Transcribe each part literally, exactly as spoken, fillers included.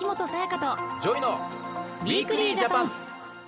秋元才加とジョイのウィークリージャパン。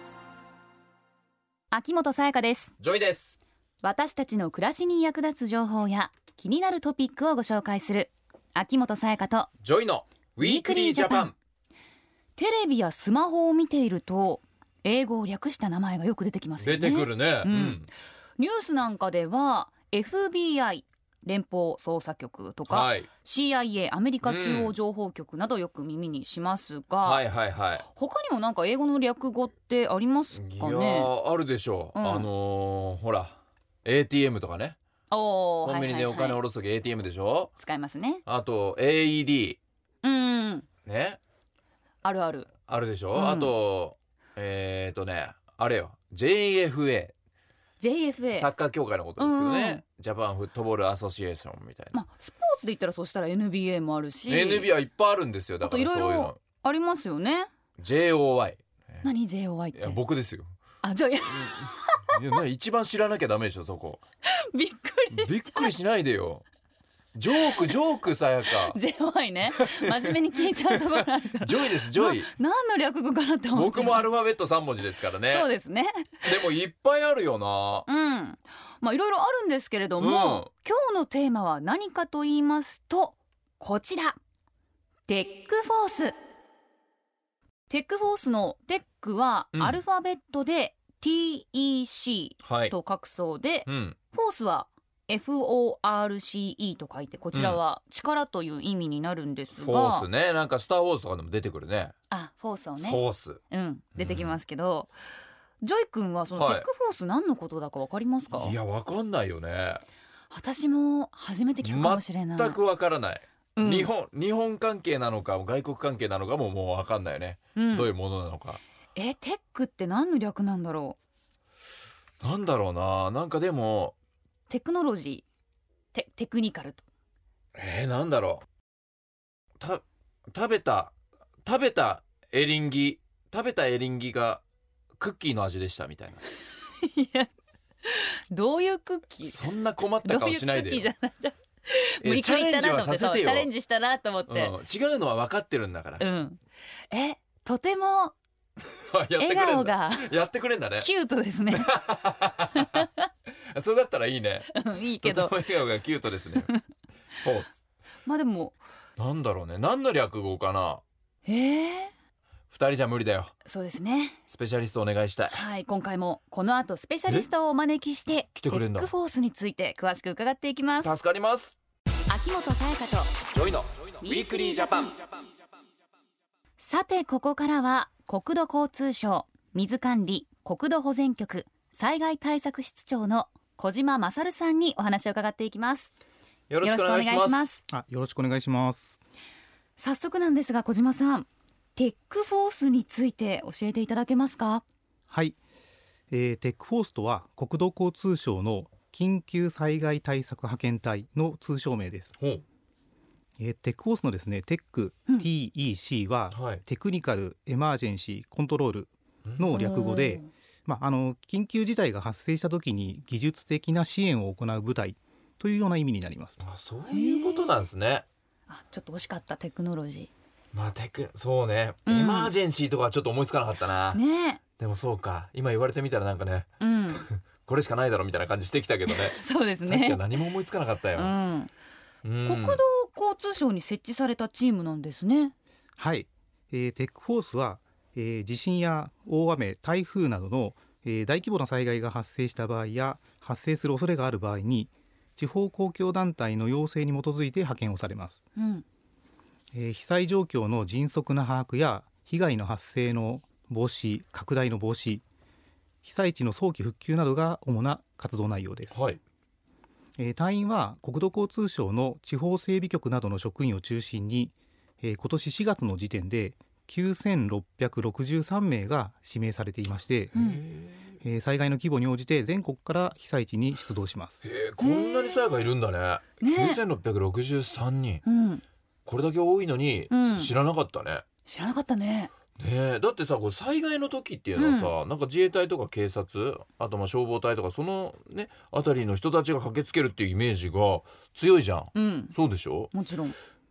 秋元才加です。 ジョイです。 私たちの暮らしに役立つ情報や気になるトピックをご紹介する秋元才加とジョイのウィークリージャパン。 テレビやスマホを見ていると英語を略した名前がよく出てきますよね。 出てくるね、 うんうん、 ニュースなんかでは エフビーアイ 連邦捜査局とか、はい、シーアイエー アメリカ中央情報局などよく耳にしますが、 うん、はいはいはい、 他にもなんか英語の略語ってありますかね。 いやあるでしょう、うん、あのー、ほら エーティーエム とかね。 おコンビニでお金下ろすとき エーティーエム でしょ、はいはいはい、 使いますね。 あと エーイーディー、 うんね、 あるあるあるでしょ、うん、あとえーとねあれよ ジェイエフエージェイエフエーサッカー協会のことですけどね、うん、ジャパンフットボールアソシエーションみたいな、 まあ、スポーツで言ったらそしたら エヌビーエー もあるしエヌビーエー はいっぱいあるんですよ。だからそういうのいろいろありますよね。 ジェイオーワイ何 ジェイオーワイ って。 いや僕ですよ。 あ、じゃあいやいや一番知らなきゃダメでしょそこ。 びっくりした。 びっくりしないでよ。ジョークジョークさやかジェイオーワイ ね真面目に聞いちゃうところあるからジョイですジョイ。 何の略語かなって思って。 僕もアルファベットさん文字ですからね。 そうですね。 でもいっぱいあるよな。 うんまあいろいろあるんですけれども、うん、今日のテーマは何かと言いますとこちら、テックフォース。テックフォースのテックはアルファベットで ティーイーシー と書くそうで、はいうん、フォースはエフオーアールシーイー と書いてこちらは力という意味になるんですが、うん、 フォースね、なんかスターウォーズとかでも出てくるね。 あ、フォースをね、 フォース、 うん、出てきますけど、うん、ジョイ君はそのテックフォース何のことだか分かりますか。はい、 いや分かんないよね。 私も初めて聞くかもしれない。 全く分からない、うん、日本日本関係なのか外国関係なのかももう分かんないよね、うん、どういうものなのか。 え、テックって何の略なんだろう。なんだろうな、なんかでもテクノロジーテ, テクニカルと。 えー、なんだろう。た食べた食べたエリンギ食べたエリンギがクッキーの味でしたみたいな。 いやどういうクッキー。 そんな困った顔しないでよ。 どういうクッキーじゃないじゃ無理くり言ったなと思って。そうチャレンジしたなと思って、うん、 違うのは分かってるんだから、 うん、えとても笑顔がやってくれんだね。 キュートですね。 それだったらいいね。 いいけどとても笑顔がキュートですね。フォース。 まあでもなんだろうね、何の略語かな。 えー、 ふたりじゃ無理だよ。 そうですね。 スペシャリストお願いしたい。 はい、今回もこの後スペシャリストをお招きして来てくれんだ。 テックフォースについて詳しく伺っていきます。 助かります。 秋元才加とジョイのウィークリージャパン。 さてここからは国土交通省水管理国土保全局災害対策室長の小島勝さんにお話を伺っていきます。 よろしくお願いします。 あ、よろしくお願いします。 早速なんですが小島さん、テックフォースについて教えていただけますか。 はい、えー、テックフォースとは国土交通省の緊急災害対策派遣隊の通称名です。ほう、えー、テックフォースのですねテック、うん、ティーイーシー は、はい、テクニカルエマージェンシーコントロールの略語で、まあ、あの緊急事態が発生した時に技術的な支援を行う部隊というような意味になります。 あ、そういうことなんですね。 あ、ちょっと惜しかった。テクノロジー、 まあ、テクそうね、うん、エマージェンシーとかはちょっと思いつかなかったな、 ね、 でもそうか、今言われてみたらなんかね、うん、これしかないだろみたいな感じしてきたけどね。 そうですね、 さっきは何も思いつかなかったよ、うんうん、国土交通省に設置されたチームなんですね。 はい、えー、テックフォースは、えー、地震や大雨、台風などの、えー、大規模な災害が発生した場合や発生する恐れがある場合に地方公共団体の要請に基づいて派遣をされます、うんえー、被災状況の迅速な把握や被害の発生の防止、拡大の防止、被災地の早期復旧などが主な活動内容です、はいえー、隊員は国土交通省の地方整備局などの職員を中心に、えー、今年しがつの時点できゅうせんろっぴゃくろくじゅうさんめいが指名されていまして、うんえー、災害の規模に応じて全国から被災地に出動します。 へー、こんなに災害いるんだね。ね、きゅうせんろっぴゃくろくじゅうさんにん、うん、これだけ多いのに知らなかったね、うん、 知らなかったね。 ね、だってさ、これ災害の時っていうのはさ、うん、なんか自衛隊とか警察、あとまあ消防隊とかそのねあたりの人たちが駆けつけるっていうイメージが強いじゃん、うん、そうでしょ。 もちろん。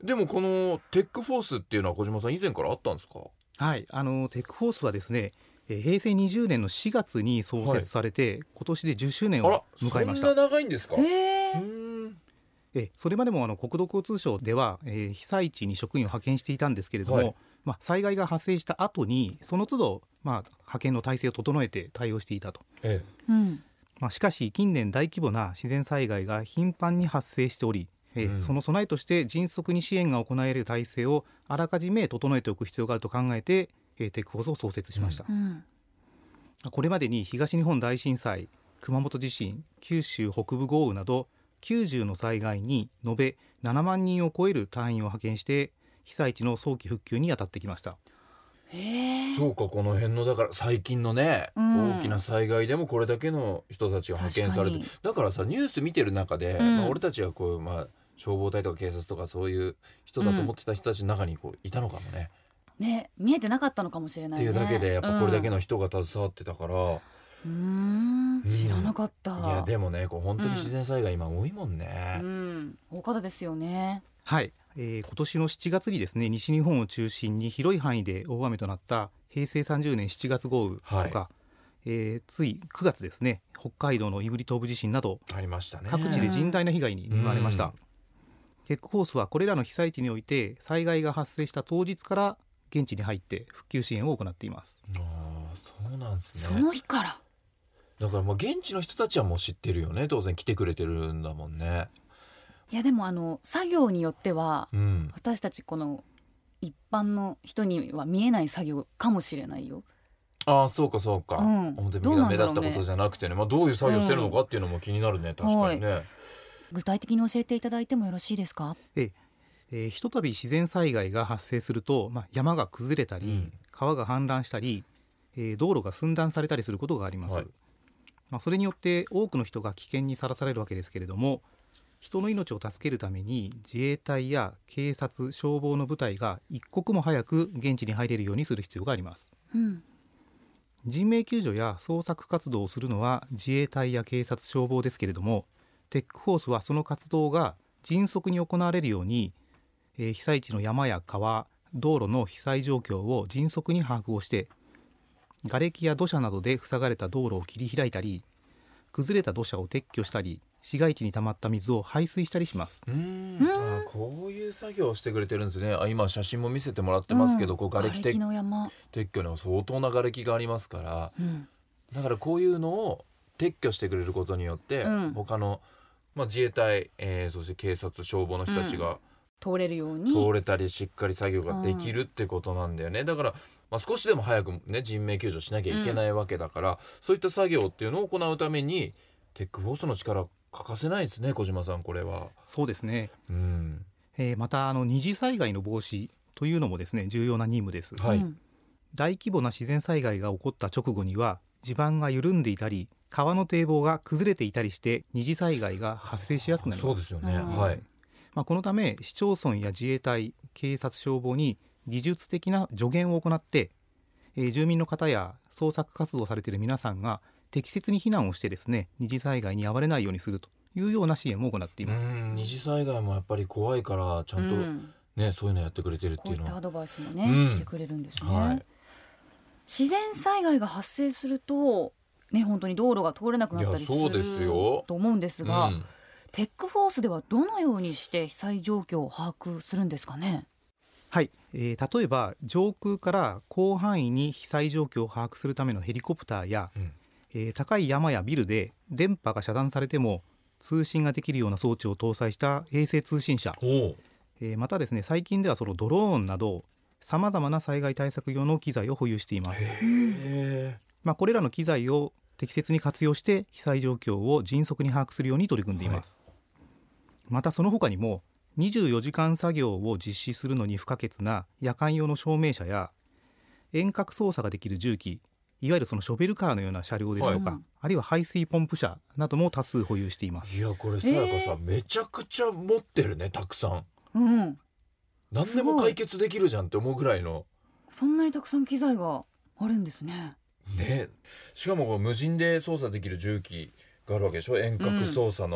でもこのテックフォースっていうのは小島さん以前からあったんですか？ はい、あのテックフォースはですね、えー平成にじゅうねんのしがつに創設されて、今年でじゅっしゅうねんあらを迎えました。 そんな長いんですか？ へーうーんえそれまでもあの国土交通省では、えー被災地に職員を派遣していたんですけれども、 はいまあ、災害が発生した後にその都度、まあ、派遣の体制を整えて対応していたと。 えうんまあ、しかし近年大規模な自然災害が頻繁に発生しており、えーうんその備えとして迅速に支援が行える体制をあらかじめ整えておく必要があると考えて、えーテックフォースを創設しました。 うんこれまでに東日本大震災、熊本地震、九州北部豪雨などきゅうじゅうの災害に延べななまんにんを超える隊員を派遣して被災地の早期復旧に当たってきました。 へーそうか、この辺のだから最近のね、 うん大きな災害でもこれだけの人たちが派遣されて、 確かだからさニュース見てる中で、 うんまあ、俺たちがこう、まあ、消防隊とか警察とかそういう人だと思ってた人たちの中にこういたのかもね、 ね、見えてなかったのかもしれないね。 っていうだけでやっぱこれだけの、 の人が携わってたから、 うん、うーん知らなかった。 いやでもねこう本当に自然災害今多いもんね、 うん、大方ですよね。 はい、えー今年のしちがつにですね西日本を中心に広い範囲で大雨となった平成さんじゅうねんしちがつ豪雨とか、 はえーついくがつですね北海道の胆振東部地震などありましたね。 各地で甚大な被害に見舞われました。 うんテックフォースはこれらの被災地において災害が発生した当日から現地に入って復旧支援を行っています。 ああそうなんですそね。 の日から。 だからもう現地の人たちはもう知ってるよね、当然来てくれてるんだもんね。 いやでもあの作業によってはうん私たちこの一般の人には見えない作業かもしれないよ。 ああそうかそうか、 うん表どう向きなんだろうねな目立ったことじゃなくてね、まあ、どういう作業してるのかっていうのも気になるね、確かにね、 具体的に教えていただいてもよろしいですか？ えーひとたび自然災害が発生すると、まあ、山が崩れたり、 うん川が氾濫したり、えー道路が寸断されたりすることがあります。 はいまあ、それによって多くの人が危険にさらされるわけですけれども、人の命を助けるために自衛隊や警察消防の部隊が一刻も早く現地に入れるようにする必要があります。 うん人命救助や捜索活動をするのは自衛隊や警察消防ですけれども、テックフォースはその活動が迅速に行われるように、えー被災地の山や川、道路の被災状況を迅速に把握をして、瓦礫や土砂などで塞がれた道路を切り開いたり、崩れた土砂を撤去したり、市街地に溜まった水を排水したりします。 うーんうんあーこういう作業をしてくれてるんですね。あ今写真も見せてもらってますけど、 うんこう瓦礫瓦礫撤の山、 撤去には相当な瓦礫がありますから、 うんだからこういうのを撤去してくれることによって、 うん他の、まあ、自衛隊、えーそして警察消防の人たちが通れるように。 通れたりしっかり作業ができるってことなんだよね。だから、まあ、少しでも早く、ね、人命救助しなきゃいけないわけだから、そういった作業っていうのを行うためにテックフォースの力欠かせないですね、小島さんこれは。 そうですね。 うんえーまたあの二次災害の防止というのもですね重要な任務です。 はいうん大規模な自然災害が起こった直後には地盤が緩んでいたり川の堤防が崩れていたりして二次災害が発生しやすくなります。 そうですよね、 うんはい。 まあ、このため市町村や自衛隊、警察、消防に技術的な助言を行って、えー住民の方や捜索活動をされている皆さんが適切に避難をしてですね二次災害に遭われないようにするというような支援も行っていうます。 ん二次災害もやっぱり怖いからちゃんと、 うんねそういうのやってくれてるってこういったアいうのは、 ドバイスもね、 うんしてくれるんですね、 はい自然災害が発生するとね本当に道路が通れなくなったりすいやそうですよると思うんですが、 うんテックフォースではどのようにして被災状況を把握するんですかね？ はい、えー例えば上空から広範囲に被災状況を把握するためのヘリコプターや、 うんえー高い山やビルで電波が遮断されても通信ができるような装置を搭載した衛星通信車、 おうえーまたですね最近ではそのドローンなどさまざまな災害対策用の機材を保有しています。 へまあ、これらの機材を適切に活用して被災状況を迅速に把握するように取り組んでいます、またその他にもにじゅうよじかん作業を実施するのに不可欠な夜間用の照明車や遠隔操作ができる重機、いわゆるそのショベルカーのような車両ですとか、 はいあるいは排水ポンプ車なども多数保有しています。 いやこれさやかさ、 えーめちゃくちゃ持ってるね、たくさん。 うん何でも解決できるじゃんって思うぐらいのそんなにたくさん機材があるんですね。 ね。しかもこう無人で操作できる重機があるわけでしょ、遠隔操作の、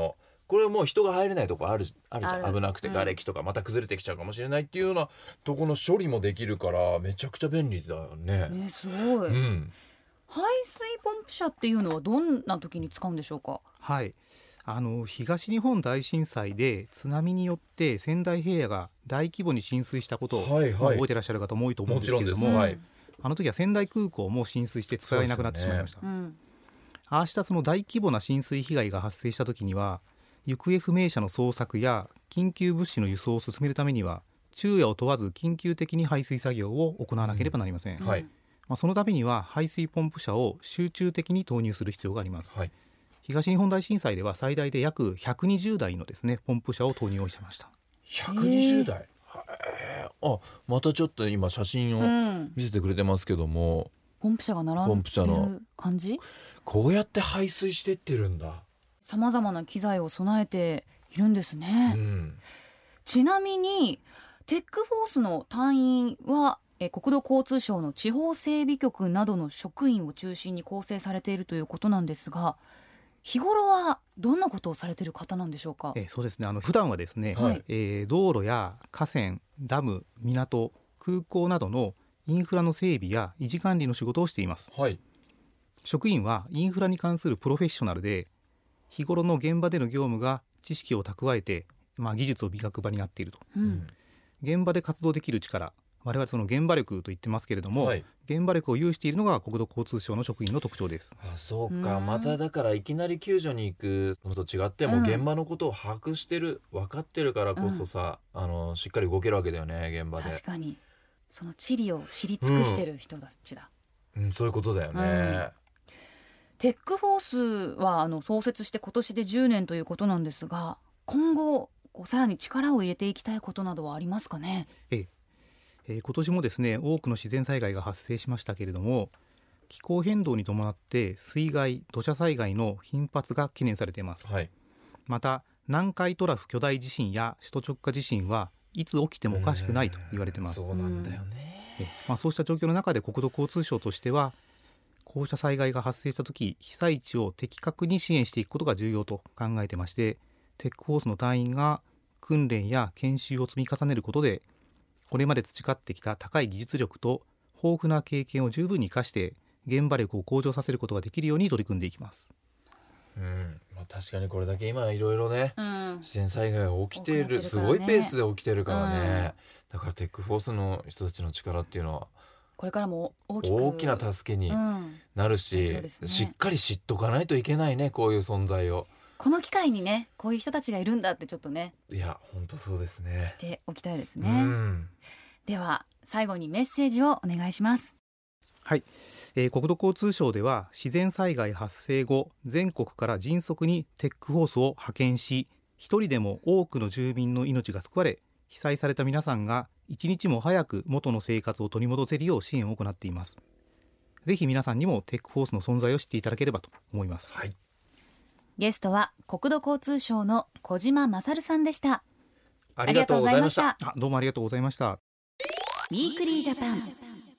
これもう人が入れないとこあるあるじゃん。 ある危なくて瓦礫とかまた崩れてきちゃうかもしれないっていうようなとこの処理もできるからめちゃくちゃ便利だよね。 ね、すごい、 うん、 排水ポンプ車っていうのはどんな時に使うんでしょうか？ はい、あの東日本大震災で津波によって仙台平野が大規模に浸水したことを、 はいはいまあ覚えてらっしゃる方も多いと思うんですけれども、 もちろんです、はいあの時は仙台空港も浸水して使えなくなってしまいました、 うん、 ああしたその大規模な浸水被害が発生した時には行方不明者の捜索や緊急物資の輸送を進めるためには昼夜を問わず緊急的に排水作業を行わなければなりません、 はいまあ、そのためには排水ポンプ車を集中的に投入する必要があります、 はい、 東日本大震災では最大で約ひゃくにじゅうだいのですねポンプ車を投入をしました。 ひゃくにじゅうだい、へー、あまたちょっと今写真うをん、 見せてくれてますけども、 ポンプ車が並ポんでンプ車のる感じ。 こうやって排水してってるんだ。 さまざまな機材を備えているんですね、 うん、 ちなみにテックフォースの隊員はえ国土交通省の地方整備局などの職員を中心に構成されているということなんですが、日頃はどんなことをされている方なんでしょうか？ えーそうですね、あの普段はですね、 はいえー道路や河川、ダム、港、空港などのインフラの整備や維持管理の仕事をしています。 はい、 職員はインフラに関するプロフェッショナルで、日頃の現場での業務が知識を蓄えて、まあ、技術を磨く場になっていると。 うん現場で活動できる力、我々その現場力と言ってますけれども、 はい、 現場力を有しているのが国土交通省の職員の特徴です。 あそうか、 うんまただからいきなり救助に行くのと違っても、 うん現場のことを把握してる分かってるからこそさ、あのしっかり動けるわけだよね現場で。 確かにその地理を知り尽くしてる人たちだ、 うん、そういうことだよね、 テックフォースはあの創設して今年でじゅうねんということなんですが、今後こうさらに力を入れていきたいことなどはありますかね？ えええー今年もですね多くの自然災害が発生しましたけれども、気候変動に伴って水害、土砂災害の頻発が懸念されています。 はい、 また南海トラフ巨大地震や首都直下地震はいつ起きてもおかしくないと言われています。 そうなんだよね、 えまあ、そうした状況の中で国土交通省としては、こうした災害が発生したとき被災地を的確に支援していくことが重要と考えてまして、テックフォースの隊員が訓練や研修を積み重ねることで、これまで培ってきた高い技術力と豊富な経験を十分に生かして現場力を向上させることができるように取り組んでいきます。 うんまあ、確かにこれだけ今いろいろね、 うん自然災害が起きている、 多くなってるからねすごいペースで起きてるからね、 うんだからテックフォースの人たちの力っていうのはこれからも大きく大きな助けにうんなるし、 そうですねしっかり知っとかないといけないね、こういう存在を。 この機会にねこういう人たちがいるんだってちょっとねいや本当そうですね。 しておきたいですうね、 んでは最後にメッセージをお願いします。 はい、えー国土交通省では自然災害発生後、全国から迅速にテックフォースを派遣し、一人でも多くの住民の命が救われ、被災された皆さんが一日も早く元の生活を取り戻せるよう支援を行っています。ぜひ皆さんにもテックフォースの存在を知っていただければと思います。 はい、 ゲストは国土交通省の小島勝さんでした。 ありがとうございました。 あどうもありがとうございました。 ウィークリージャパン。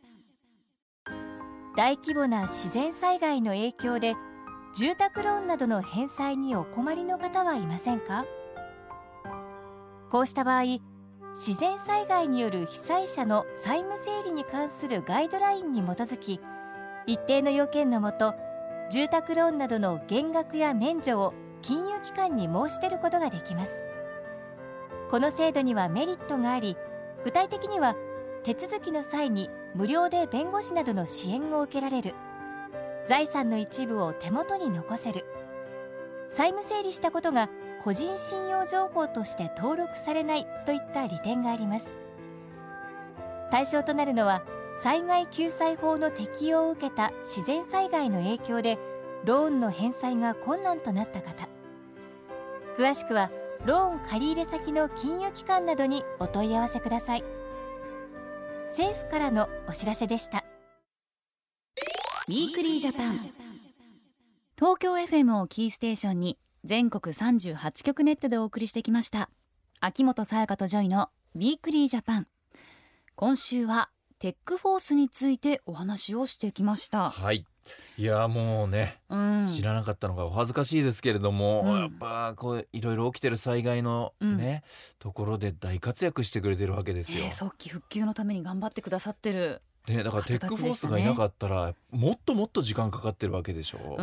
大規模な自然災害の影響で住宅ローンなどの返済にお困りの方はいませんか？こうした場合、自然災害による被災者の債務整理に関するガイドラインに基づき、一定の要件のもと住宅ローンなどの減額や免除を金融機関に申し出ることができます。この制度にはメリットがあり、具体的には手続きの際に無料で弁護士などの支援を受けられる、財産の一部を手元に残せる、債務整理したことが個人信用情報として登録されないといった利点があります。対象となるのは災害救済法の適用を受けた自然災害の影響でローンの返済が困難となった方。詳しくはローン借入先の金融機関などにお問い合わせください。政府からのお知らせでした。 ウィークリージャパン。東京 エフエム をキーステーションに全国さんじゅうはちきょくネットでお送りしてきました秋元才加とジョイのウィークリージャパン。今週はテックフォースについてお話をしてきました。 はい、 いやもうね、 うん、 知らなかったのがお恥ずかしいですけれども、 うん、 やっぱこういろいろ起きてる災害のね、うん、ところで大活躍してくれてるわけですよ、 えー、早期復旧のために頑張ってくださってる、 ね、だからテックフォースがいなかったらもっともっと時間かかってるわけでしょ、うん、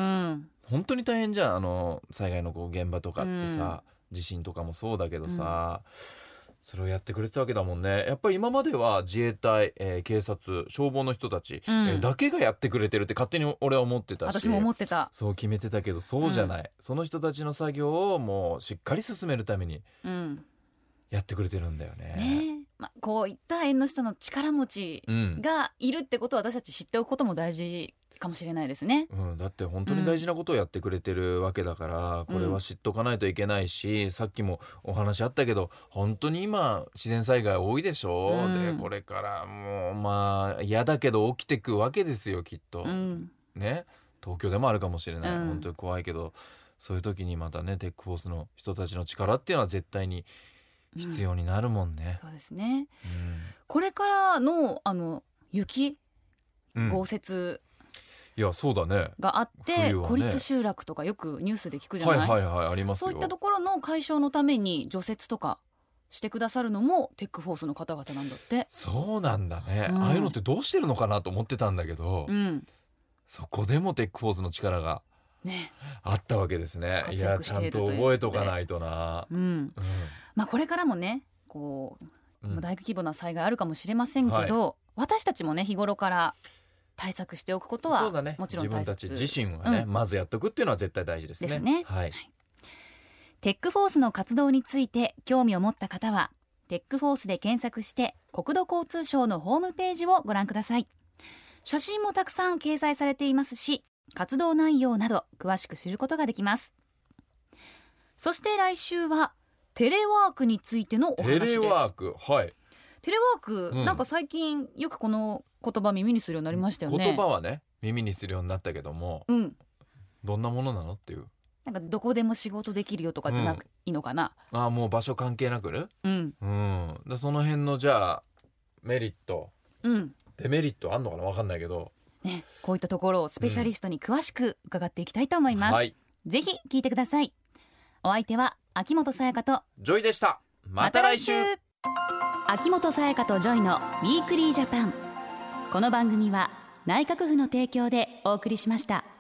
本当に大変じゃん。あの災害のこう現場とかってさ、うん、地震とかもそうだけどさ、うん、それをやってくれてたわけだもんね。やっぱり今までは自衛隊、えー、警察、消防の人たち、うんえー、だけがやってくれてるって勝手に俺は思ってたし、 私も思ってた。 そう決めてたけどそうじゃない、うん、その人たちの作業をもうしっかり進めるためにやってくれてるんだよね。 ねえ、ま、こういった縁の下の力持ちがいるってことを私たち知っておくことも大事かもしれないですね、 うん、だって本当に大事なことをやってくれてるわけだから、うん、これは知っとかないといけないし、さっきもお話あったけど本当に今自然災害多いでしょ、うん、でこれからもうまあ嫌だけど起きてくわけですよきっと、うん、ね、東京でもあるかもしれない、うん、本当に怖いけどそういう時にまたねテックフォースの人たちの力っていうのは絶対に必要になるもんね、 うん、そうですね、うん、これからのあの雪、豪雪いやそうだねがあって、ね、孤立集落とかよくニュースで聞くじゃない、 はいはいはい、ありますよ。 そういったところの解消のために除雪とかしてくださるのもテックフォースの方々なんだって。 そうなんだね、うん、ああいうのってどうしてるのかなと思ってたんだけど、うん、そこでもテックフォースの力がね、あったわけですね。いやちゃんと覚えとかないとな、うんうん、 まあ、これからもねこう、うん、大規模な災害あるかもしれませんけど、はい、私たちもね日頃から対策しておくことはそうだ、ね、もちろん大切。 自分たち自身はね、うん、まずやっとくっていうのは絶対大事ですね。 ですね、 はいはい、テックフォースの活動について興味を持った方はテックフォースで検索して国土交通省のホームページをご覧ください。写真もたくさん掲載されていますし活動内容など詳しく知ることができます。そして来週はテレワークについてのお話です。 テレワーク、はい、 テレワーク、うん、なんか最近よくこの言葉耳にするようになりましたよね。 言葉はね耳にするようになったけども、うん、どんなものなのっていう、 なんかどこでも仕事できるよとかじゃなく、うん、いいのかな。 あもう場所関係なくね、うんうん、でその辺のじゃあメリット、うん、デメリットあんのかな分かんないけど、 ね、こういったところをスペシャリストに詳しく伺っていきたいと思います、うんはい、ぜひ聞いてください。お相手は秋元さやかとジョイでした。また来週。 秋元さやかとジョイのウィークリージャパン。この番組は内閣府の提供でお送りしました。